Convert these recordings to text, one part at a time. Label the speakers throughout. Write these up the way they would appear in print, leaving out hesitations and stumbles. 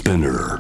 Speaker 1: Spinner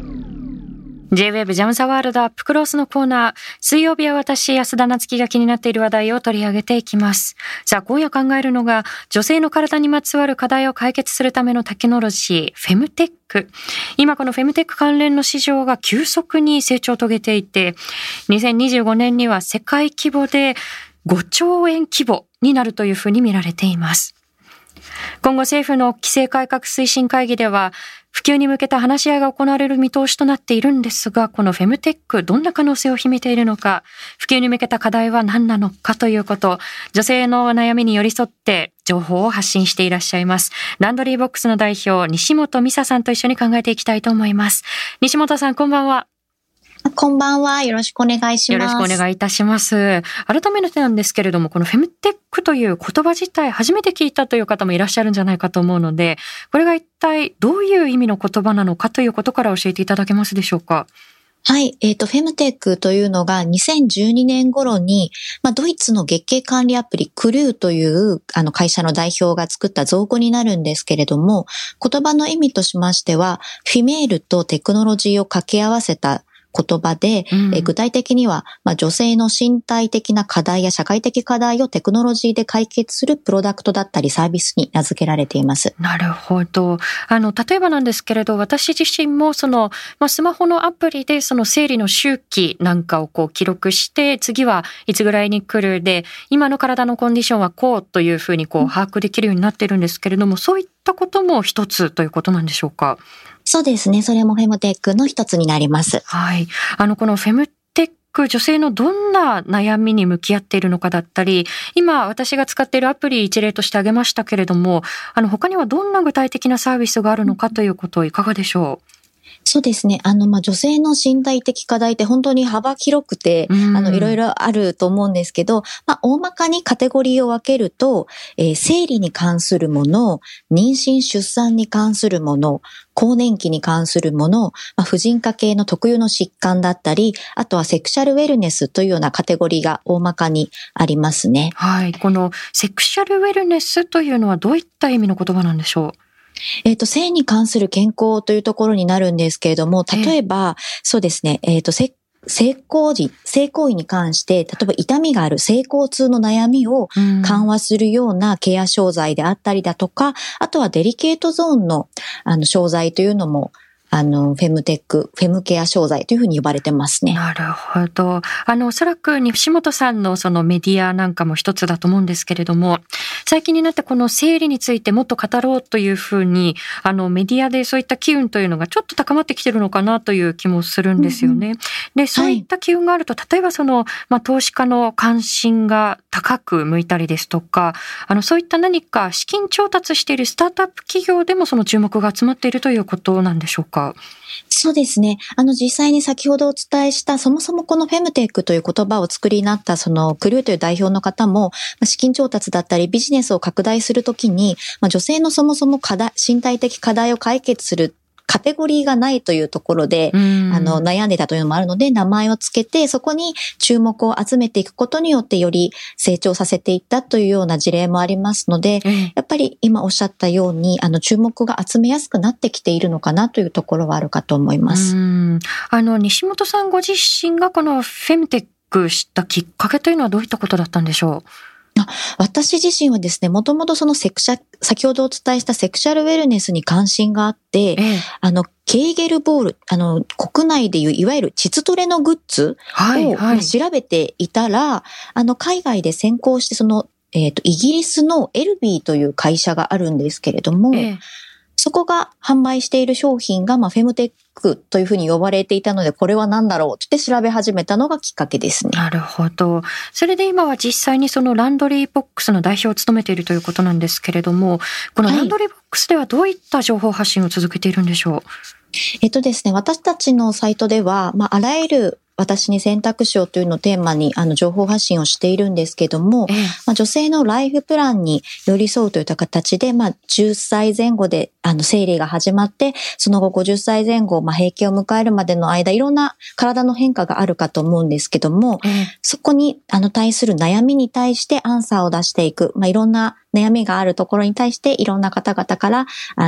Speaker 2: J-Web ジャムザワールドアップクロースのコーナー。水曜日は私、安田なつきが気になっている話題を取り上げていきます。さあ、今夜考えるのが、女性の体にまつわる課題を解決するためのテクノロジー、フェムテック。今このフェムテック関連の市場が急速に成長を遂げていて、2025年には世界規模で5兆円規模になるというふうに見られています。今後政府の規制改革推進会議では普及に向けた話し合いが行われる見通しとなっているんですが、このフェムテックどんな可能性を秘めているのか、普及に向けた課題は何なのかということ、女性の悩みに寄り添って情報を発信していらっしゃいますランドリーボックスの代表西本美沙さんと一緒に考えていきたいと思います。西本さん、こんばんは。
Speaker 3: こんばんは。よろしくお願いします。
Speaker 2: よろしくお願いいたします。改めてなんですけれども、このフェムテックという言葉自体初めて聞いたという方もいらっしゃるんじゃないかと思うので、これが一体どういう意味の言葉なのかということから教えていただけますでしょうか。
Speaker 3: はい。フェムテックというのが2012年頃に、ドイツの月経管理アプリクルーという会社の代表が作った造語になるんですけれども、言葉の意味としましては、フィメールとテクノロジーを掛け合わせた言葉で、具体的には、女性の身体的な課題や社会的課題をテクノロジーで解決するプロダクトだったりサービスに名付けられています。
Speaker 2: なるほど。例えばなんですけれど、私自身もスマホのアプリで生理の周期なんかを記録して、次はいつぐらいに来るで、今の体のコンディションはこうというふうに把握できるようになっているんですけれども、そういったことも一つということなんでしょうか。
Speaker 3: そうですね。それもフェムテックの一つになります。
Speaker 2: はい。このフェムテック、女性のどんな悩みに向き合っているのかだったり、今私が使っているアプリ一例として挙げましたけれども、他にはどんな具体的なサービスがあるのかということいかがでしょう。
Speaker 3: そうですね。女性の身体的課題って本当に幅広くて、いろいろあると思うんですけど、大まかにカテゴリーを分けると、生理に関するもの、妊娠出産に関するもの、更年期に関するもの、婦人科系の特有の疾患だったり、あとはセクシャルウェルネスというようなカテゴリーが大まかにありますね。
Speaker 2: はい。このセクシャルウェルネスというのはどういった意味の言葉なんでしょう。
Speaker 3: 性に関する健康というところになるんですけれども、例えば、そうですね、性行為に関して、例えば痛みがある性交痛の悩みを緩和するようなケア商材であったりだとか、あとはデリケートゾーンの商材というのも、フェムテック、フェムケア商材というふうに呼ばれてますね。
Speaker 2: なるほど。おそらく西本さんのメディアなんかも一つだと思うんですけれども、最近になってこの生理についてもっと語ろうというふうに、メディアでそういった機運というのがちょっと高まってきてるのかなという気もするんですよね。で、そういった機運があると、例えば投資家の関心が高く向いたりですとか、そういった何か資金調達しているスタートアップ企業でもその注目が集まっているということなんでしょうか。
Speaker 3: そうですね。実際に先ほどお伝えした、そもそもこのフェムテックという言葉を作りになったクルーという代表の方も、資金調達だったりビジネスを拡大するときに、女性のそもそも身体的課題を解決するカテゴリーがないというところで、悩んでたというのもあるので、名前をつけて、そこに注目を集めていくことによって、より成長させていったというような事例もありますので、やっぱり今おっしゃったように、注目が集めやすくなってきているのかなというところはあるかと思います。
Speaker 2: 西本さんご自身がこのフェムテックしたきっかけというのはどういったことだったんでしょう。
Speaker 3: 私自身はですね、もともと先ほどお伝えしたセクシャルウェルネスに関心があって、ケーゲルボール、国内でいういわゆる膣トレのグッズを調べていたら、海外で先行してイギリスのエルビーという会社があるんですけれども、そこが販売している商品が、フェムテックというふうに呼ばれていたので、これは何だろうって調べ始めたのがきっかけですね。
Speaker 2: なるほど。それで今は実際にランドリーボックスの代表を務めているということなんですけれども、このランドリーボックスではどういった情報発信を続けているんでしょう。
Speaker 3: ですね、私たちのサイトでは、あらゆる私に選択肢をというのをテーマに情報発信をしているんですけども、女性のライフプランに寄り添うといった形で、10歳前後で生理が始まって、その後50歳前後、閉経を迎えるまでの間、いろんな体の変化があるかと思うんですけども、そこに対する悩みに対してアンサーを出していく、いろんな悩みがあるところに対していろんな方々から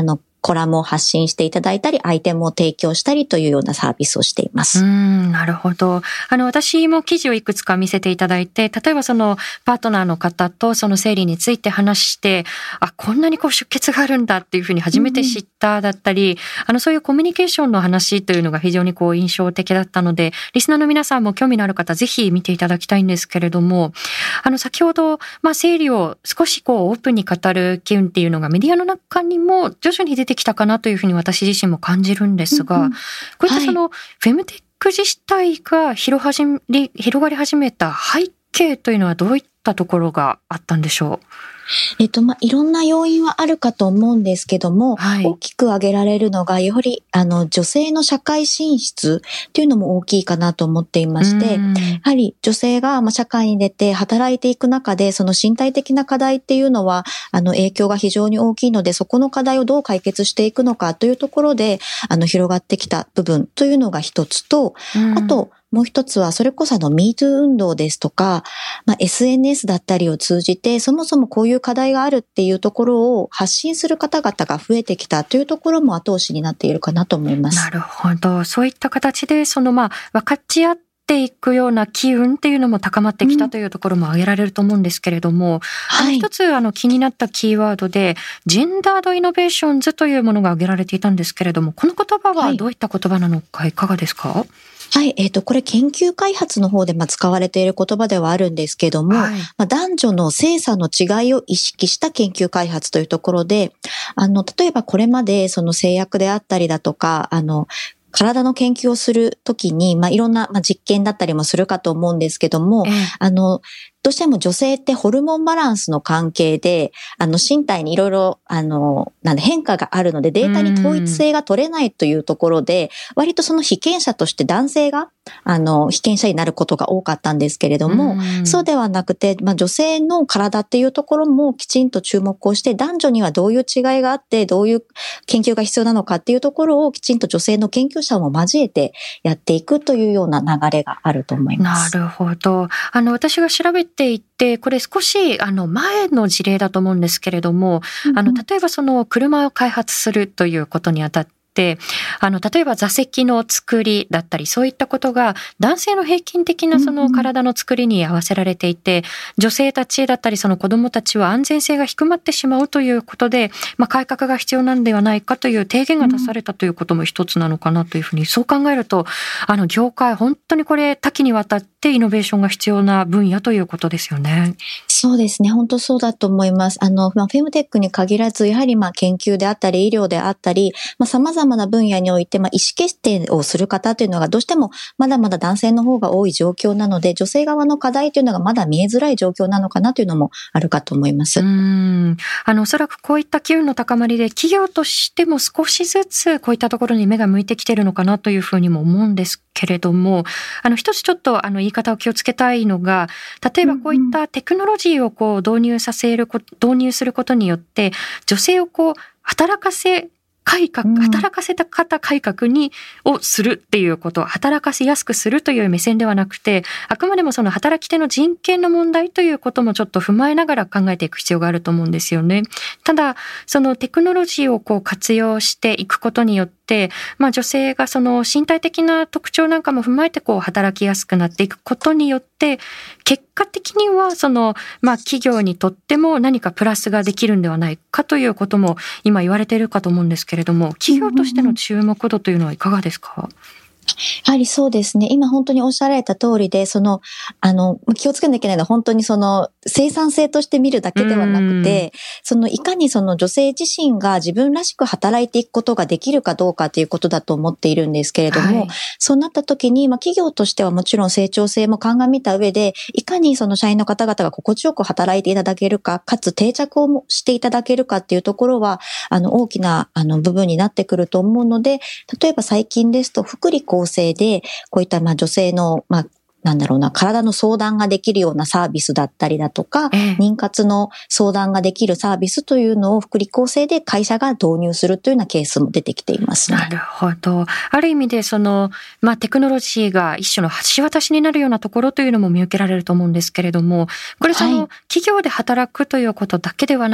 Speaker 3: コラムを発信していただいたり、アイテムを提供したりというようなサービスをしています。
Speaker 2: なるほど。私も記事をいくつか見せていただいて、例えばそのパートナーの方とその生理について話して、こんなに出血があるんだっていうふうに初めて知っただったり、そういうコミュニケーションの話というのが非常に印象的だったので、リスナーの皆さんも興味のある方、ぜひ見ていただきたいんですけれども、先ほど、生理を少しオープンに語る機運っていうのがメディアの中にも徐々に出てきたかなというふうに私自身も感じるんですが、こういったフェムテック自体が広がり始めた背景というのはどういったところがあったんでしょう？
Speaker 3: いろんな要因はあるかと思うんですけども、大きく挙げられるのが、やはり、女性の社会進出っていうのも大きいかなと思っていまして、やはり女性が社会に出て働いていく中で、その身体的な課題っていうのは、影響が非常に大きいので、そこの課題をどう解決していくのかというところで、広がってきた部分というのが一つと、あと、もう一つは、それこそMeToo 運動ですとか、SNS だったりを通じて、そもそもこういう課題があるっていうところを発信する方々が増えてきたというところも後押しになっているかなと思います。
Speaker 2: なるほど。そういった形で、分かち合っていくような機運っていうのも高まってきたというところも挙げられると思うんですけれども、一つ気になったキーワードで、ジェンダードイノベーションズというものが挙げられていたんですけれども、この言葉はどういった言葉なのかいかがですか？
Speaker 3: はい、これ研究開発の方で使われている言葉ではあるんですけども、男女の性差の違いを意識した研究開発というところで、例えばこれまでその製薬であったりだとか、体の研究をするときに、いろんな実験だったりもするかと思うんですけども、どうしても女性ってホルモンバランスの関係で、身体にいろいろ、変化があるので、データに統一性が取れないというところで、割とその被験者として男性が、被験者になることが多かったんですけれども、そうではなくて、女性の体っていうところもきちんと注目をして、男女にはどういう違いがあって、どういう研究が必要なのかっていうところをきちんと女性の研究者も交えてやっていくというような流れがあると思います。
Speaker 2: なるほど。私が調べていて、これ少し前の事例だと思うんですけれども、例えばその車を開発するということにあたって、例えば座席の作りだったり、そういったことが男性の平均的なその体の作りに合わせられていて、女性たちだったりその子供たちは安全性が低まってしまうということで、改革が必要なんではないかという提言が出されたということも一つなのかなというふうに、そう考えると、業界本当にこれ多岐にわたってイノベーションが必要な分野ということですよね。
Speaker 3: そうですね。本当そうだと思います。フェムテックに限らず、やはり研究であったり、医療であったり、様々な分野において、意思決定をする方というのがどうしてもまだまだ男性の方が多い状況なので、女性側の課題というのがまだ見えづらい状況なのかなというのもあるかと思います。
Speaker 2: おそらくこういった機運の高まりで、企業としても少しずつこういったところに目が向いてきているのかなというふうにも思うんですけれども、一つちょっと言い方を気をつけたいのが、例えばこういったテクノロジーを導入することによって、女性を働かせた方改革をするっていうこと、働かせやすくするという目線ではなくて、あくまでもその働き手の人権の問題ということもちょっと踏まえながら考えていく必要があると思うんですよね。ただ、そのテクノロジーを活用していくことによって、女性がその身体的な特徴なんかも踏まえて働きやすくなっていくことによって、結果的にはその企業にとっても何かプラスができるんではないかということも今言われているかと思うんですけれども、企業としての注目度というのはいかがですか？
Speaker 3: やはりそうですね。今本当におっしゃられた通りで、気をつけなきゃいけないのは本当に生産性として見るだけではなくて、いかに女性自身が自分らしく働いていくことができるかどうかということだと思っているんですけれども、そうなった時に、企業としてはもちろん成長性も鑑みた上で、いかに社員の方々が心地よく働いていただけるか、かつ定着をしていただけるかっていうところは、大きな部分になってくると思うので、例えば最近ですと福利厚生で、こういった女性の、体の相談ができるようなサービスだったりだとか、妊活の相談ができるサービスというのを福利厚生で会社が導入するというようなケースも出てきていますね。
Speaker 2: なるほど。ある意味でテクノロジーが一種の橋渡しになるようなところというのも見受けられると思うんですけれども、これ企業で働くということだけではなくて、 、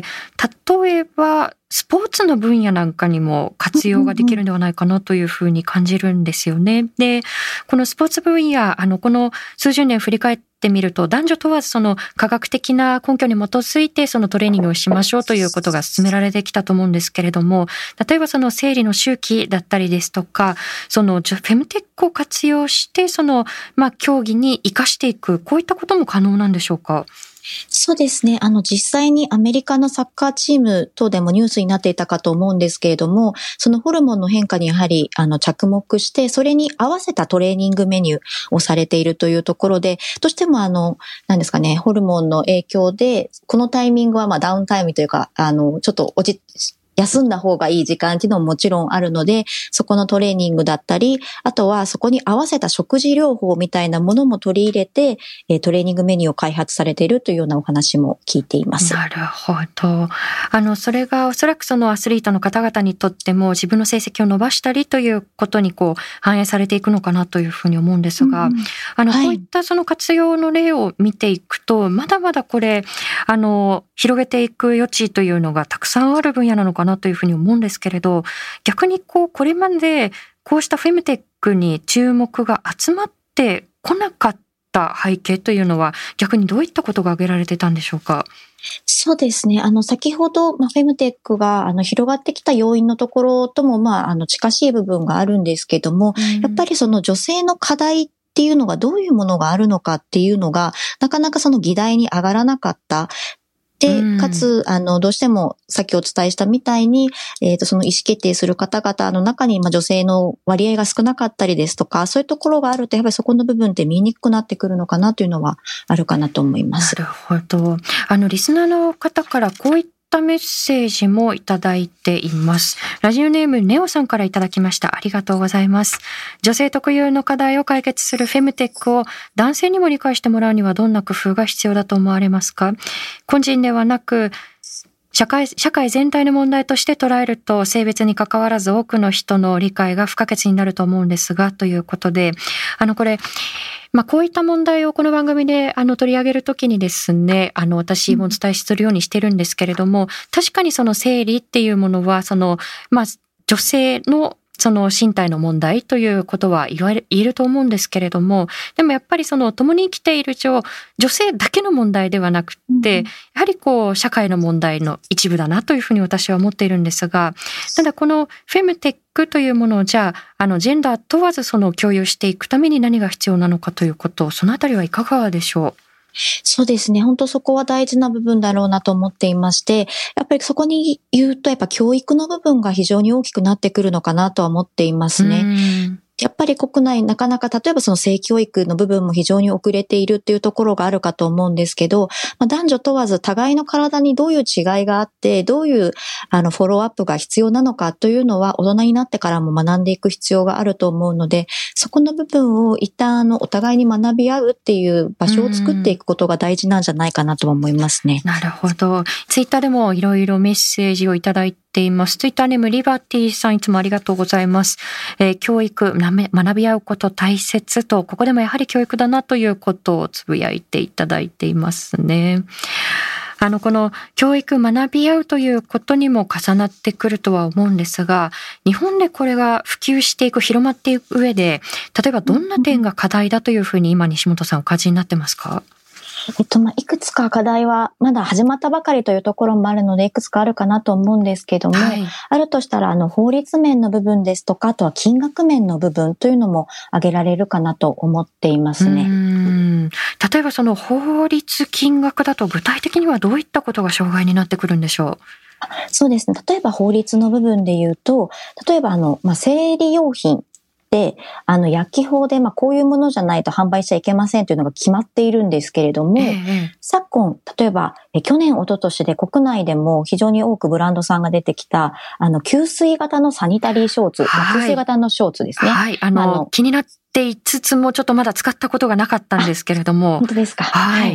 Speaker 2: 例えばスポーツの分野なんかにも活用ができるんではないかなというふうに感じるんですよね。で、このスポーツ分野、この数十年振り返ってみると、男女問わずその科学的な根拠に基づいてそのトレーニングをしましょうということが進められてきたと思うんですけれども、例えばその生理の周期だったりですとか、そのフェムテックを活用してその競技に生かしていく、こういったことも可能なんでしょうか？
Speaker 3: そうですね。実際にアメリカのサッカーチーム等でもニュースになっていたかと思うんですけれども、そのホルモンの変化にやはり、着目して、それに合わせたトレーニングメニューをされているというところで、どうしてもなんですかね、ホルモンの影響で、このタイミングはダウンタイムというか、ちょっと休んだ方がいい時間っていうのももちろんあるので、そこのトレーニングだったり、あとはそこに合わせた食事療法みたいなものも取り入れて、トレーニングメニューを開発されているというようなお話も聞いています。
Speaker 2: なるほど。それがおそらくそのアスリートの方々にとっても自分の成績を伸ばしたりということに反映されていくのかなというふうに思うんですが、こういったその活用の例を見ていくと、まだまだこれ、広げていく余地というのがたくさんある分野なのかなというふうに思うんですけれど、逆にこれまでこうしたフェムテックに注目が集まってこなかった背景というのは逆にどういったことが挙げられてたんでしょうか？
Speaker 3: そうですね。先ほど、フェムテックが、広がってきた要因のところとも、近しい部分があるんですけども、やっぱりその女性の課題っていうのがどういうものがあるのかっていうのが、なかなかその議題に上がらなかった。で、かつ、どうしても、さっきお伝えしたみたいに、その意思決定する方々の中に、女性の割合が少なかったりですとか、そういうところがあると、やっぱりそこの部分って見えにくくなってくるのかなというのはあるかなと思います。
Speaker 2: なるほど。リスナーの方からこういったメッセージもいただいています。ラジオネームネオさんからいただきました。ありがとうございます。女性特有の課題を解決するフェムテックを男性にも理解してもらうにはどんな工夫が必要だと思われますか？個人ではなく社会全体の問題として捉えると性別に関わらず多くの人の理解が不可欠になると思うんですが、ということで、これこういった問題をこの番組で取り上げるときにですね、私もお伝えするようにしてるんですけれども、確かにその生理っていうものは女性のその身体の問題ということは言えると思うんですけれども、でもやっぱりその共に生きている女性だけの問題ではなくて、やはり社会の問題の一部だなというふうに私は思っているんですが、ただこのフェムテックというものをじゃあジェンダー問わずその共有していくために何が必要なのかということ、そのあたりはいかがでしょう？
Speaker 3: そうですね。本当そこは大事な部分だろうなと思っていまして、やっぱりそこに言うと、やっぱ教育の部分が非常に大きくなってくるのかなとは思っていますね。やっぱり国内なかなか例えばその性教育の部分も非常に遅れているっていうところがあるかと思うんですけど、男女問わず互いの体にどういう違いがあって、どういうフォローアップが必要なのかというのは大人になってからも学んでいく必要があると思うので、そこの部分を一旦お互いに学び合うっていう場所を作っていくことが大事なんじゃないかなと思いますね。
Speaker 2: なるほど。ツイッターでもいろいろメッセージをいただいています。ツイッターネームリバティさん、いつもありがとうございます。教育、学び合うこと大切と、ここでもやはり教育だなということをつぶやいていただいていますね。この教育、学び合うということにも重なってくるとは思うんですが、日本でこれが普及していく、広まっていく上で、例えばどんな点が課題だというふうに今西本さんお感じになってますか？
Speaker 3: いくつか課題はまだ始まったばかりというところもあるので、いくつかあるかなと思うんですけども、あるとしたら法律面の部分ですとか、あとは金額面の部分というのも挙げられるかなと思っていますね。
Speaker 2: 例えばその法律金額だと具体的にはどういったことが障害になってくるんでしょう？
Speaker 3: そうですね。例えば法律の部分で言うと、例えば生理用品で、薬機法で、こういうものじゃないと販売しちゃいけませんというのが決まっているんですけれども、昨今、例えば、去年、一昨年で国内でも非常に多くブランドさんが出てきた、吸水型のサニタリーショーツ、吸水型のショーツですね。
Speaker 2: 気になっていつつもちょっとまだ使ったことがなかったんですけれども。
Speaker 3: 本当ですか。
Speaker 2: はい。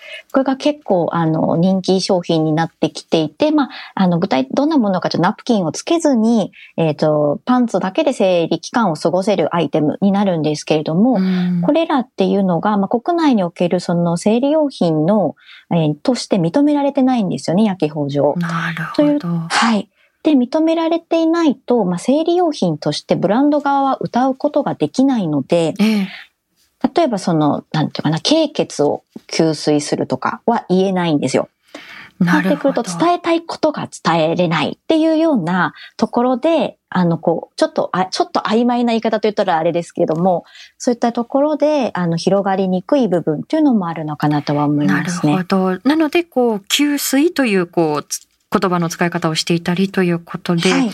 Speaker 3: これが結構人気商品になってきていて、どんなものかナプキンをつけずに、パンツだけで生理期間を過ごせるアイテムになるんですけれども、これらっていうのが、国内におけるその生理用品の、として認められてないんですよね、薬機法上。
Speaker 2: なるほど。
Speaker 3: はい。で、認められていないと、生理用品としてブランド側は謳うことができないので、例えばなんていうかな、経血を吸水するとかは言えないんですよ。なってくると伝えたいことが伝えれないっていうようなところで、ちょっと曖昧な言い方と言ったらあれですけれども、そういったところで、広がりにくい部分っていうのもあるのかなとは思いますね。
Speaker 2: なるほど。なので、吸水という、言葉の使い方をしていたりということで、はい、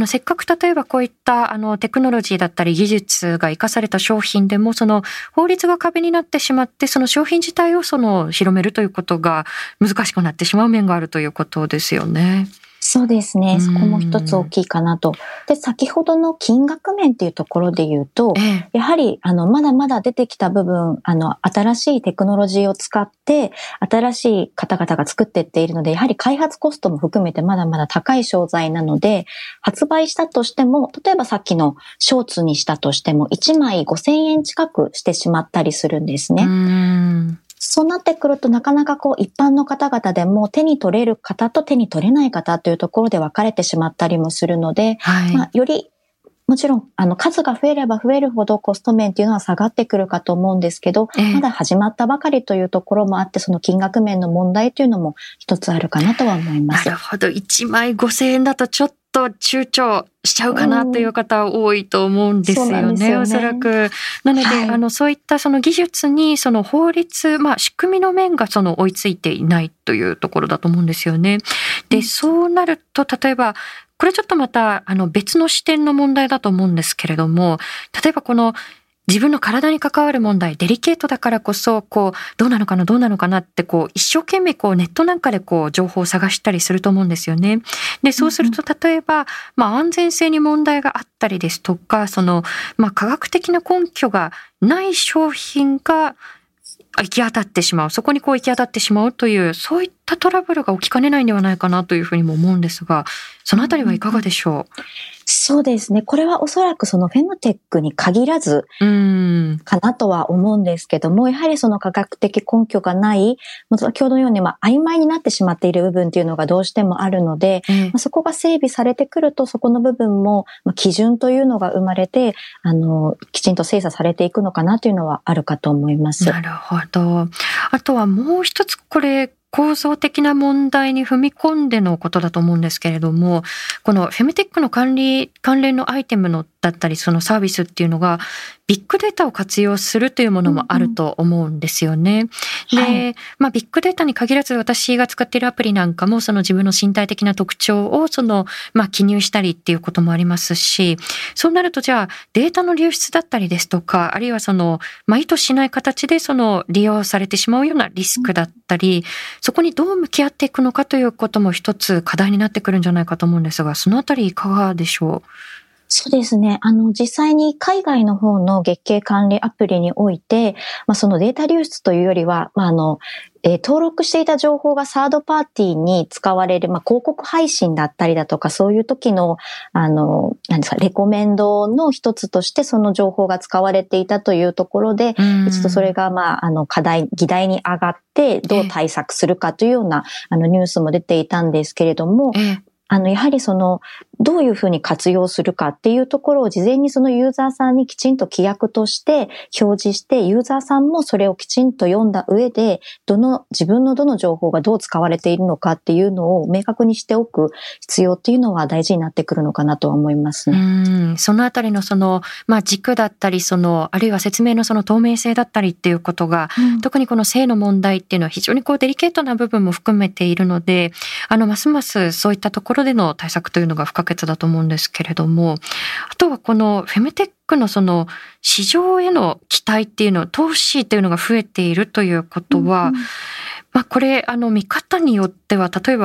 Speaker 2: せっかく例えばこういったテクノロジーだったり技術が生かされた商品でも、その法律が壁になってしまって、その商品自体を広めるということが難しくなってしまう面があるということですよね。
Speaker 3: そうですね。そこも一つ大きいかなと。で、先ほどの金額面っていうところで言うと、やはり、まだまだ出てきた部分、新しいテクノロジーを使って、新しい方々が作っていっているので、やはり開発コストも含めてまだまだ高い商材なので、発売したとしても、例えばさっきのショーツにしたとしても、1枚5000円近くしてしまったりするんですね。そうなってくるとなかなか一般の方々でも手に取れる方と手に取れない方というところで分かれてしまったりもするので、はい、よりもちろん数が増えれば増えるほどコスト面っていうのは下がってくるかと思うんですけど、まだ始まったばかりというところもあって、その金額面の問題というのも一つあるかなとは思います。
Speaker 2: なるほど。1枚5000円だとちょっと躊躇しちゃうかなという方多いと思うんですよね、おそらく。なので、はい、そういったその技術にその法律、仕組みの面が追いついていないというところだと思うんですよね。で、そうなると、例えば、これちょっとまた別の視点の問題だと思うんですけれども、例えば自分の体に関わる問題、デリケートだからこそ、どうなのかなって、一生懸命ネットなんかで情報を探したりすると思うんですよね。で、そうすると、例えば、安全性に問題があったりですとか、科学的な根拠がない商品が行き当たってしまう。そこに行き当たってしまうという、そういったトラブルが起きかねないんではないかなというふうにも思うんですが、そのあたりはいかがでしょう？
Speaker 3: そうですね。これはおそらくフェムテックに限らずかなとは思うんですけども、やはり科学的根拠がない、先ほどのように曖昧になってしまっている部分っていうのがどうしてもあるので、そこが整備されてくると、そこの部分も基準というのが生まれて、きちんと精査されていくのかなというのはあるかと思います。
Speaker 2: なるほど。あとはもう一つ構造的な問題に踏み込んでのことだと思うんですけれども、このフェムテックの関連のアイテムだったり、そのサービスっていうのが、ビッグデータを活用するというものもあると思うんですよね。で、ビッグデータに限らず私が使っているアプリなんかも、自分の身体的な特徴を記入したりっていうこともありますし、そうなるとじゃあデータの流出だったりですとか、あるいは意図しない形で利用されてしまうようなリスクだったり、そこにどう向き合っていくのかということも一つ課題になってくるんじゃないかと思うんですが、そのあたりいかがでしょう？
Speaker 3: そうですね。実際に海外の方の月経管理アプリにおいて、そのデータ流出というよりは、登録していた情報がサードパーティーに使われる、広告配信だったりだとか、そういう時の、レコメンドの一つとしてその情報が使われていたというところで、一度それが、議題に上がって、どう対策するかというような、ニュースも出ていたんですけれども、やはりどういうふうに活用するかっていうところを事前にユーザーさんにきちんと規約として表示して、ユーザーさんもそれをきちんと読んだ上で、自分のどの情報がどう使われているのかっていうのを明確にしておく必要っていうのは大事になってくるのかなとは思いますね。
Speaker 2: そのあたりの軸だったり、あるいは説明の透明性だったりっていうことが、特にこの性の問題っていうのは非常にデリケートな部分も含めているので、ますますそういったところでの対策というのが不可欠だと思うんですけれども、あとはこのフェムテックの市場への期待っていうの、投資っていうのが増えているということは、これ見方によっては、例えば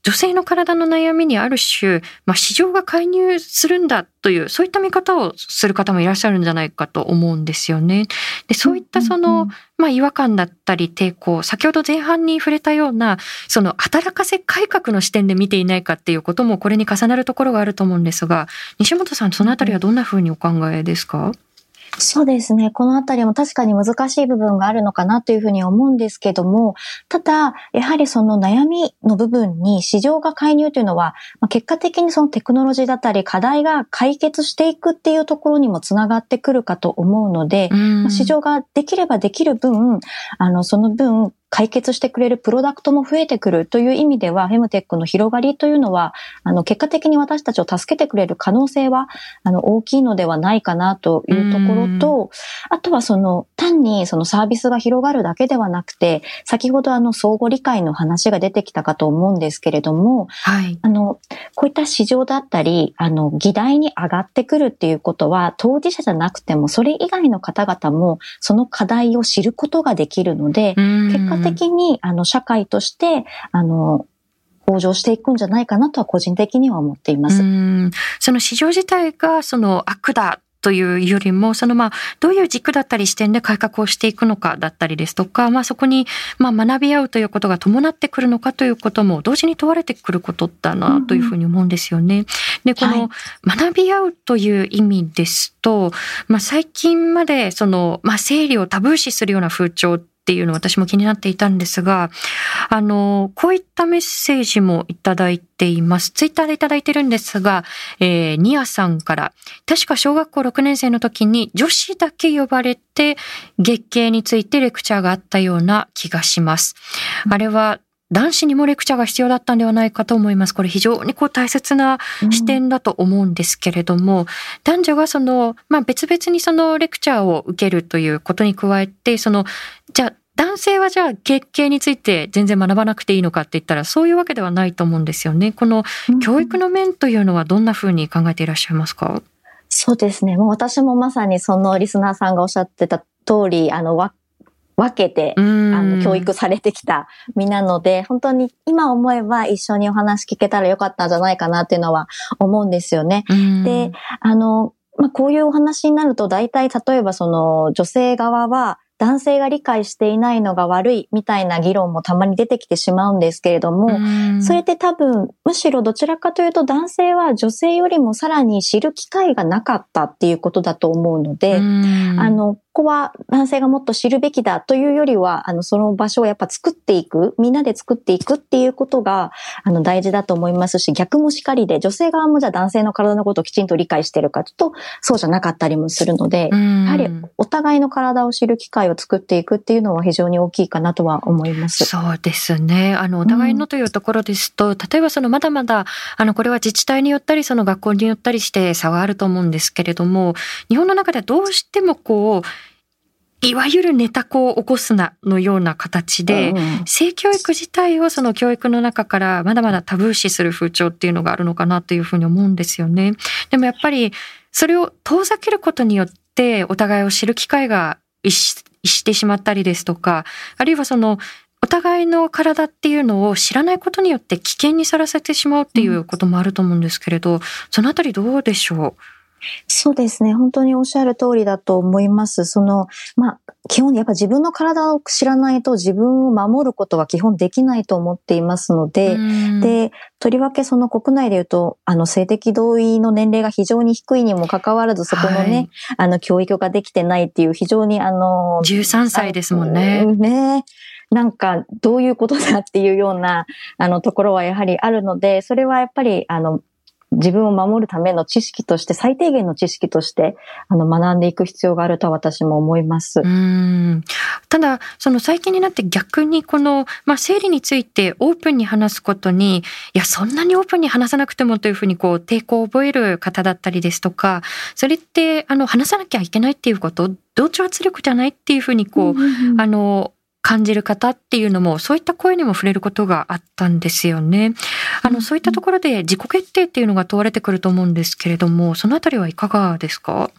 Speaker 2: 女性の体の悩みにある種、市場が介入するんだという、そういった見方をする方もいらっしゃるんじゃないかと思うんですよね。で、そういった違和感だったり抵抗、先ほど前半に触れたような、働かせ改革の視点で見ていないかっていうこともこれに重なるところがあると思うんですが、西本さん、そのあたりはどんなふうにお考えですか？
Speaker 3: そうですね。このあたりも確かに難しい部分があるのかなというふうに思うんですけども、ただ、やはりその悩みの部分に市場が介入というのは、結果的にそのテクノロジーだったり課題が解決していくっていうところにもつながってくるかと思うので、市場ができればできる分、その分、解決してくれるプロダクトも増えてくるという意味では、フェムテックの広がりというのは、結果的に私たちを助けてくれる可能性は、大きいのではないかなというところと、あとは単にサービスが広がるだけではなくて、先ほど相互理解の話が出てきたかと思うんですけれども、
Speaker 2: はい。
Speaker 3: こういった市場だったり、議題に上がってくるっていうことは、当事者じゃなくても、それ以外の方々も、その課題を知ることができるので、結果的に、社会として、向上していくんじゃないかなとは個人的には思っています。
Speaker 2: その市場自体が悪だというよりも、どういう軸だったり視点で改革をしていくのかだったりですとか、そこに学び合うということが伴ってくるのかということも同時に問われてくることだなというふうに思うんですよね。で、この学び合うという意味ですと、最近まで生理をタブー視するような風潮っていうのを私も気になっていたんですが、こういったメッセージもいただいています。ツイッターでいただいてるんですが、ニアさんから、確か小学校6年生の時に女子だけ呼ばれて月経についてレクチャーがあったような気がします。あれは男子にもレクチャーが必要だったんではないかと思います。これ非常に大切な視点だと思うんですけれども、男女が別々にレクチャーを受けるということに加えて、じゃあ男性は月経について全然学ばなくていいのかって言ったらそういうわけではないと思うんですよね。この教育の面というのはどんなふうに考えていらっしゃいますか？
Speaker 3: そうですね。もう私もまさにそのリスナーさんがおっしゃってた通り、分けて、教育されてきた身なので、本当に今思えば一緒にお話聞けたらよかったんじゃないかなっていうのは思うんですよね。で、こういうお話になると大体例えば女性側は男性が理解していないのが悪いみたいな議論もたまに出てきてしまうんですけれども、それって多分むしろどちらかというと男性は女性よりもさらに知る機会がなかったっていうことだと思うので、ここは男性がもっと知るべきだというよりは、その場所をやっぱ作っていく、みんなで作っていくっていうことが、大事だと思いますし、逆もしかりで、女性側もじゃあ男性の体のことをきちんと理解してるかと、そうじゃなかったりもするので、やはりお互いの体を知る機会を作っていくっていうのは非常に大きいかなとは思います。
Speaker 2: そうですね。お互いのというところですと、例えばまだまだ、これは自治体によったり、学校によったりして差はあると思うんですけれども、日本の中ではどうしてもいわゆるネタ子を起こすなのような形で、性教育自体を教育の中からまだまだタブー視する風潮っていうのがあるのかなというふうに思うんですよね。でもやっぱりそれを遠ざけることによってお互いを知る機会が逸してしまったりですとか、あるいはお互いの体っていうのを知らないことによって危険にさらせてしまうっていうこともあると思うんですけれど、そのあたりどうでしょう？
Speaker 3: そうですね。本当におっしゃる通りだと思います。基本やっぱ自分の体を知らないと自分を守ることは基本できないと思っていますので、で、とりわけ国内で言うと、性的同意の年齢が非常に低いにもかかわらず、そこのね、教育ができてないっていう非常に
Speaker 2: 13歳ですもんね。
Speaker 3: なんか、どういうことだっていうような、ところはやはりあるので、それはやっぱり、自分を守るための知識として、最低限の知識として、学んでいく必要があると私も思います。
Speaker 2: ただ、最近になって逆に生理についてオープンに話すことに、いや、そんなにオープンに話さなくてもというふうに抵抗を覚える方だったりですとか、それって、話さなきゃいけないっていうこと、同調圧力じゃないっていうふうに感じる方っていうのも、そういった声にも触れることがあったんですよね。そういったところで自己決定っていうのが問われてくると思うんですけれども、そのあたりはいかがですか？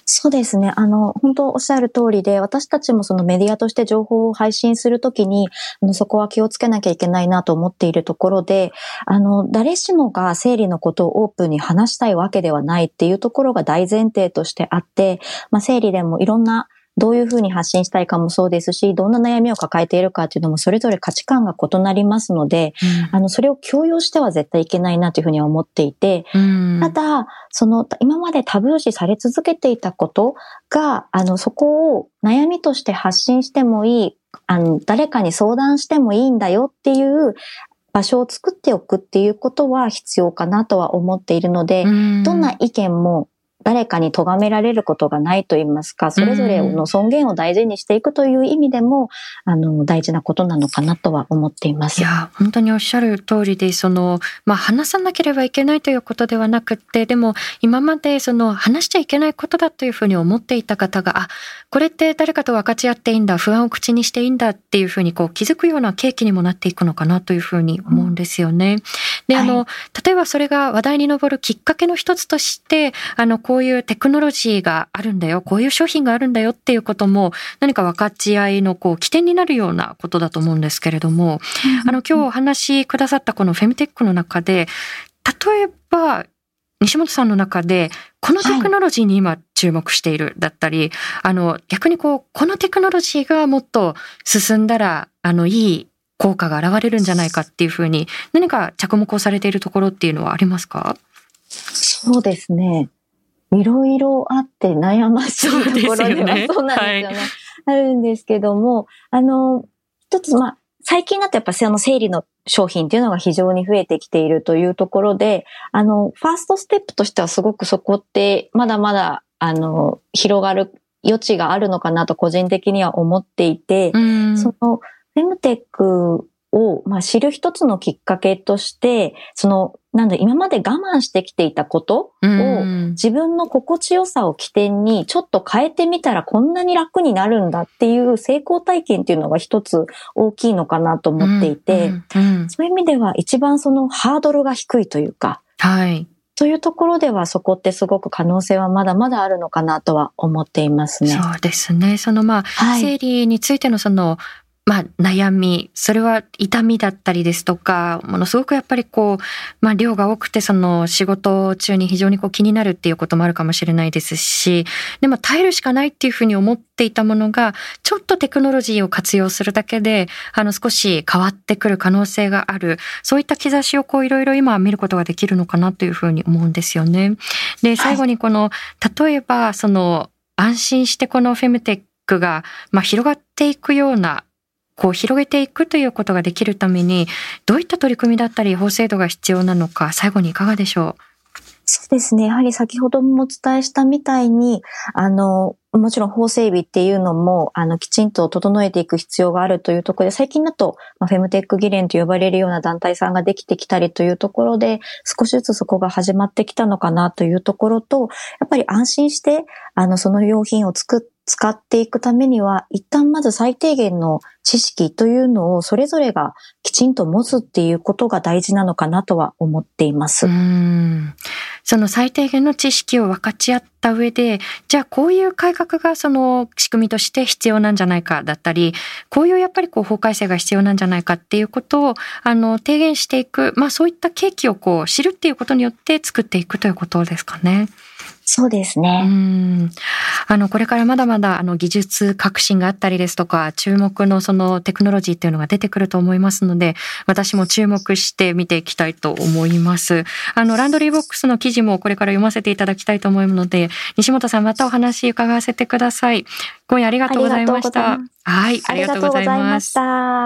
Speaker 3: そうですね。本当おっしゃる通りで、私たちもそのメディアとして情報を配信するときに、そこは気をつけなきゃいけないなと思っているところで、誰しもが生理のことをオープンに話したいわけではないっていうところが大前提としてあって、生理でもいろんなどういうふうに発信したいかもそうですし、どんな悩みを抱えているかっていうのもそれぞれ価値観が異なりますので、それを強要しては絶対いけないなというふうには思っていて、ただ、今までタブー視され続けていたことが、そこを悩みとして発信してもいい、誰かに相談してもいいんだよっていう場所を作っておくっていうことは必要かなとは思っているので、どんな意見も誰かに咎められることがないと言いますか、それぞれの尊厳を大事にしていくという意味でも、大事なことなのかなとは思っています。
Speaker 2: いや、本当におっしゃる通りで、話さなければいけないということではなくって、でも今まで話しちゃいけないことだというふうに思っていた方が、これって誰かと分かち合っていいんだ、不安を口にしていいんだっていうふうに気づくような契機にもなっていくのかなというふうに思うんですよね。で、例えばそれが話題に上るきっかけの一つとして、こういうテクノロジーがあるんだよ、こういう商品があるんだよっていうことも何か分かち合いの起点になるようなことだと思うんですけれども、今日お話しくださったこのフェムテックの中で、例えば西本さんの中でこのテクノロジーに今注目しているだったり、逆にこのテクノロジーがもっと進んだらいい効果が現れるんじゃないかっていうふうに何か着目をされているところっていうのはありますか？
Speaker 3: そうですね。いろいろあって悩ましいところではそうなんですよね。あるんですけども、一つ最近だとやっぱ生理の商品っていうのが非常に増えてきているというところで、ファーストステップとしてはすごくそこってまだまだ広がる余地があるのかなと個人的には思っていて、フェムテックを知る一つのきっかけとして、今まで我慢してきていたことを自分の心地よさを起点にちょっと変えてみたらこんなに楽になるんだっていう成功体験っていうのが一つ大きいのかなと思っていて、そういう意味では一番ハードルが低いというか、というところではそこってすごく可能性はまだまだあるのかなとは思っていますね。
Speaker 2: そうですね。生理についての悩み、それは痛みだったりですとか、ものすごくやっぱり量が多くて仕事中に非常に気になるっていうこともあるかもしれないですし、でも耐えるしかないっていうふうに思っていたものが、ちょっとテクノロジーを活用するだけで、少し変わってくる可能性がある。そういった兆しをいろいろ今見ることができるのかなというふうに思うんですよね。で、最後に例えば安心してこのフェムテックが、広がっていくような広げていくということができるためにどういった取り組みだったり法制度が必要なのか、最後にいかがでしょう？
Speaker 3: そうですね。やはり先ほどもお伝えしたみたいに、もちろん法整備っていうのも、きちんと整えていく必要があるというところで、最近だと、フェムテック議連と呼ばれるような団体さんができてきたりというところで、少しずつそこが始まってきたのかなというところと、やっぱり安心して、その用品を使っていくためには、一旦まず最低限の知識というのをそれぞれがきちんと持つっていうことが大事なのかなとは思っています。
Speaker 2: その最低限の知識を分かち合った上で、じゃあこういう改革が仕組みとして必要なんじゃないかだったり、こういうやっぱり法改正が必要なんじゃないかっていうことを提言していく、そういった契機を知るっていうことによって作っていくということですかね。
Speaker 3: そうですね。
Speaker 2: これからまだまだ技術革新があったりですとか、注目のテクノロジーっていうのが出てくると思いますので、私も注目して見ていきたいと思います。ランドリーボックスの記事もこれから読ませていただきたいと思うので、西本さんまたお話伺わせてください。今夜ありがとうございました。はい、ありがとうございました。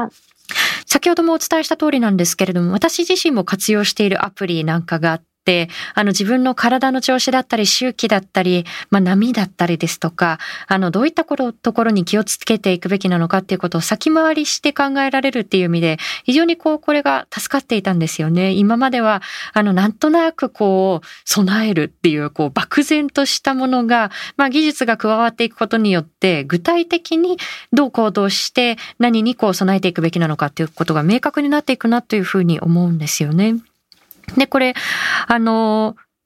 Speaker 2: 先ほどもお伝えした通りなんですけれども、私自身も活用しているアプリなんかがあって、自分の体の調子だったり周期だったり、波だったりですとか、どういったところに気をつけていくべきなのかっていうことを先回りして考えられるっていう意味で、非常にこれが助かっていたんですよね。今まではなんとなく備えるっていう漠然としたものが、技術が加わっていくことによって具体的にどう行動して何に備えていくべきなのかっていうことが明確になっていくなというふうに思うんですよね。で、これ、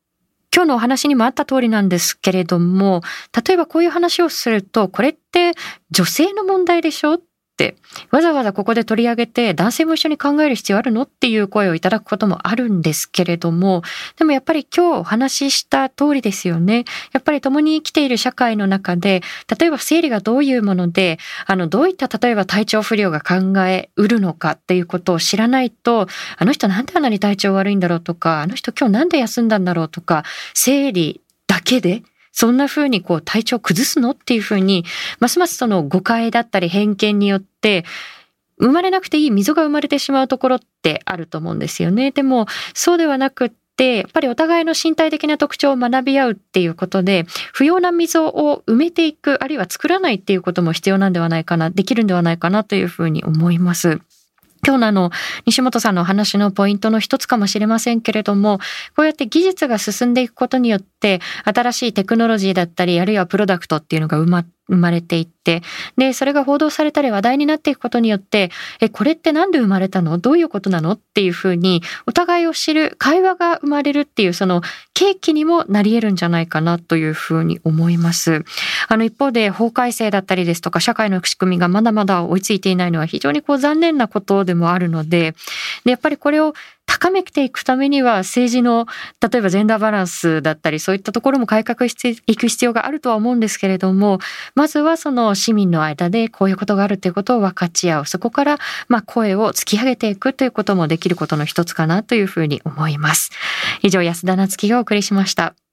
Speaker 2: 今日のお話にもあった通りなんですけれども、例えばこういう話をすると、これって女性の問題でしょってわざわざここで取り上げて、男性も一緒に考える必要あるのっていう声をいただくこともあるんですけれども、でもやっぱり今日お話しした通りですよね。やっぱり共に生きている社会の中で、例えば生理がどういうもので、どういった例えば体調不良が考えうるのかっていうことを知らないと、あの人なんであんなに体調悪いんだろうとか、あの人今日なんで休んだんだろうとか、生理だけでそんな風に体調崩すのっていう風に、ますますその誤解だったり偏見によって、生まれなくていい溝が生まれてしまうところってあると思うんですよね。でも、そうではなくって、やっぱりお互いの身体的な特徴を学び合うっていうことで、不要な溝を埋めていく、あるいは作らないっていうことも必要なんではないかな、できるんではないかなというふうに思います。今日の西本さんのお話のポイントの一つかもしれませんけれども、こうやって技術が進んでいくことによって、新しいテクノロジーだったり、あるいはプロダクトっていうのが生まれていって、で、それが報道されたり話題になっていくことによって、これってなんで生まれたの？どういうことなの？っていうふうに、お互いを知る会話が生まれるっていう、その契機にもなり得るんじゃないかなというふうに思います。一方で法改正だったりですとか、社会の仕組みがまだまだ追いついていないのは非常に残念なことでもあるので、やっぱりこれを高めていくためには政治の例えばジェンダーバランスだったりそういったところも改革していく必要があるとは思うんですけれども、まずはその市民の間でこういうことがあるということを分かち合う、そこから声を突き上げていくということもできることの一つかなというふうに思います。以上、安田なつきがお送りしました。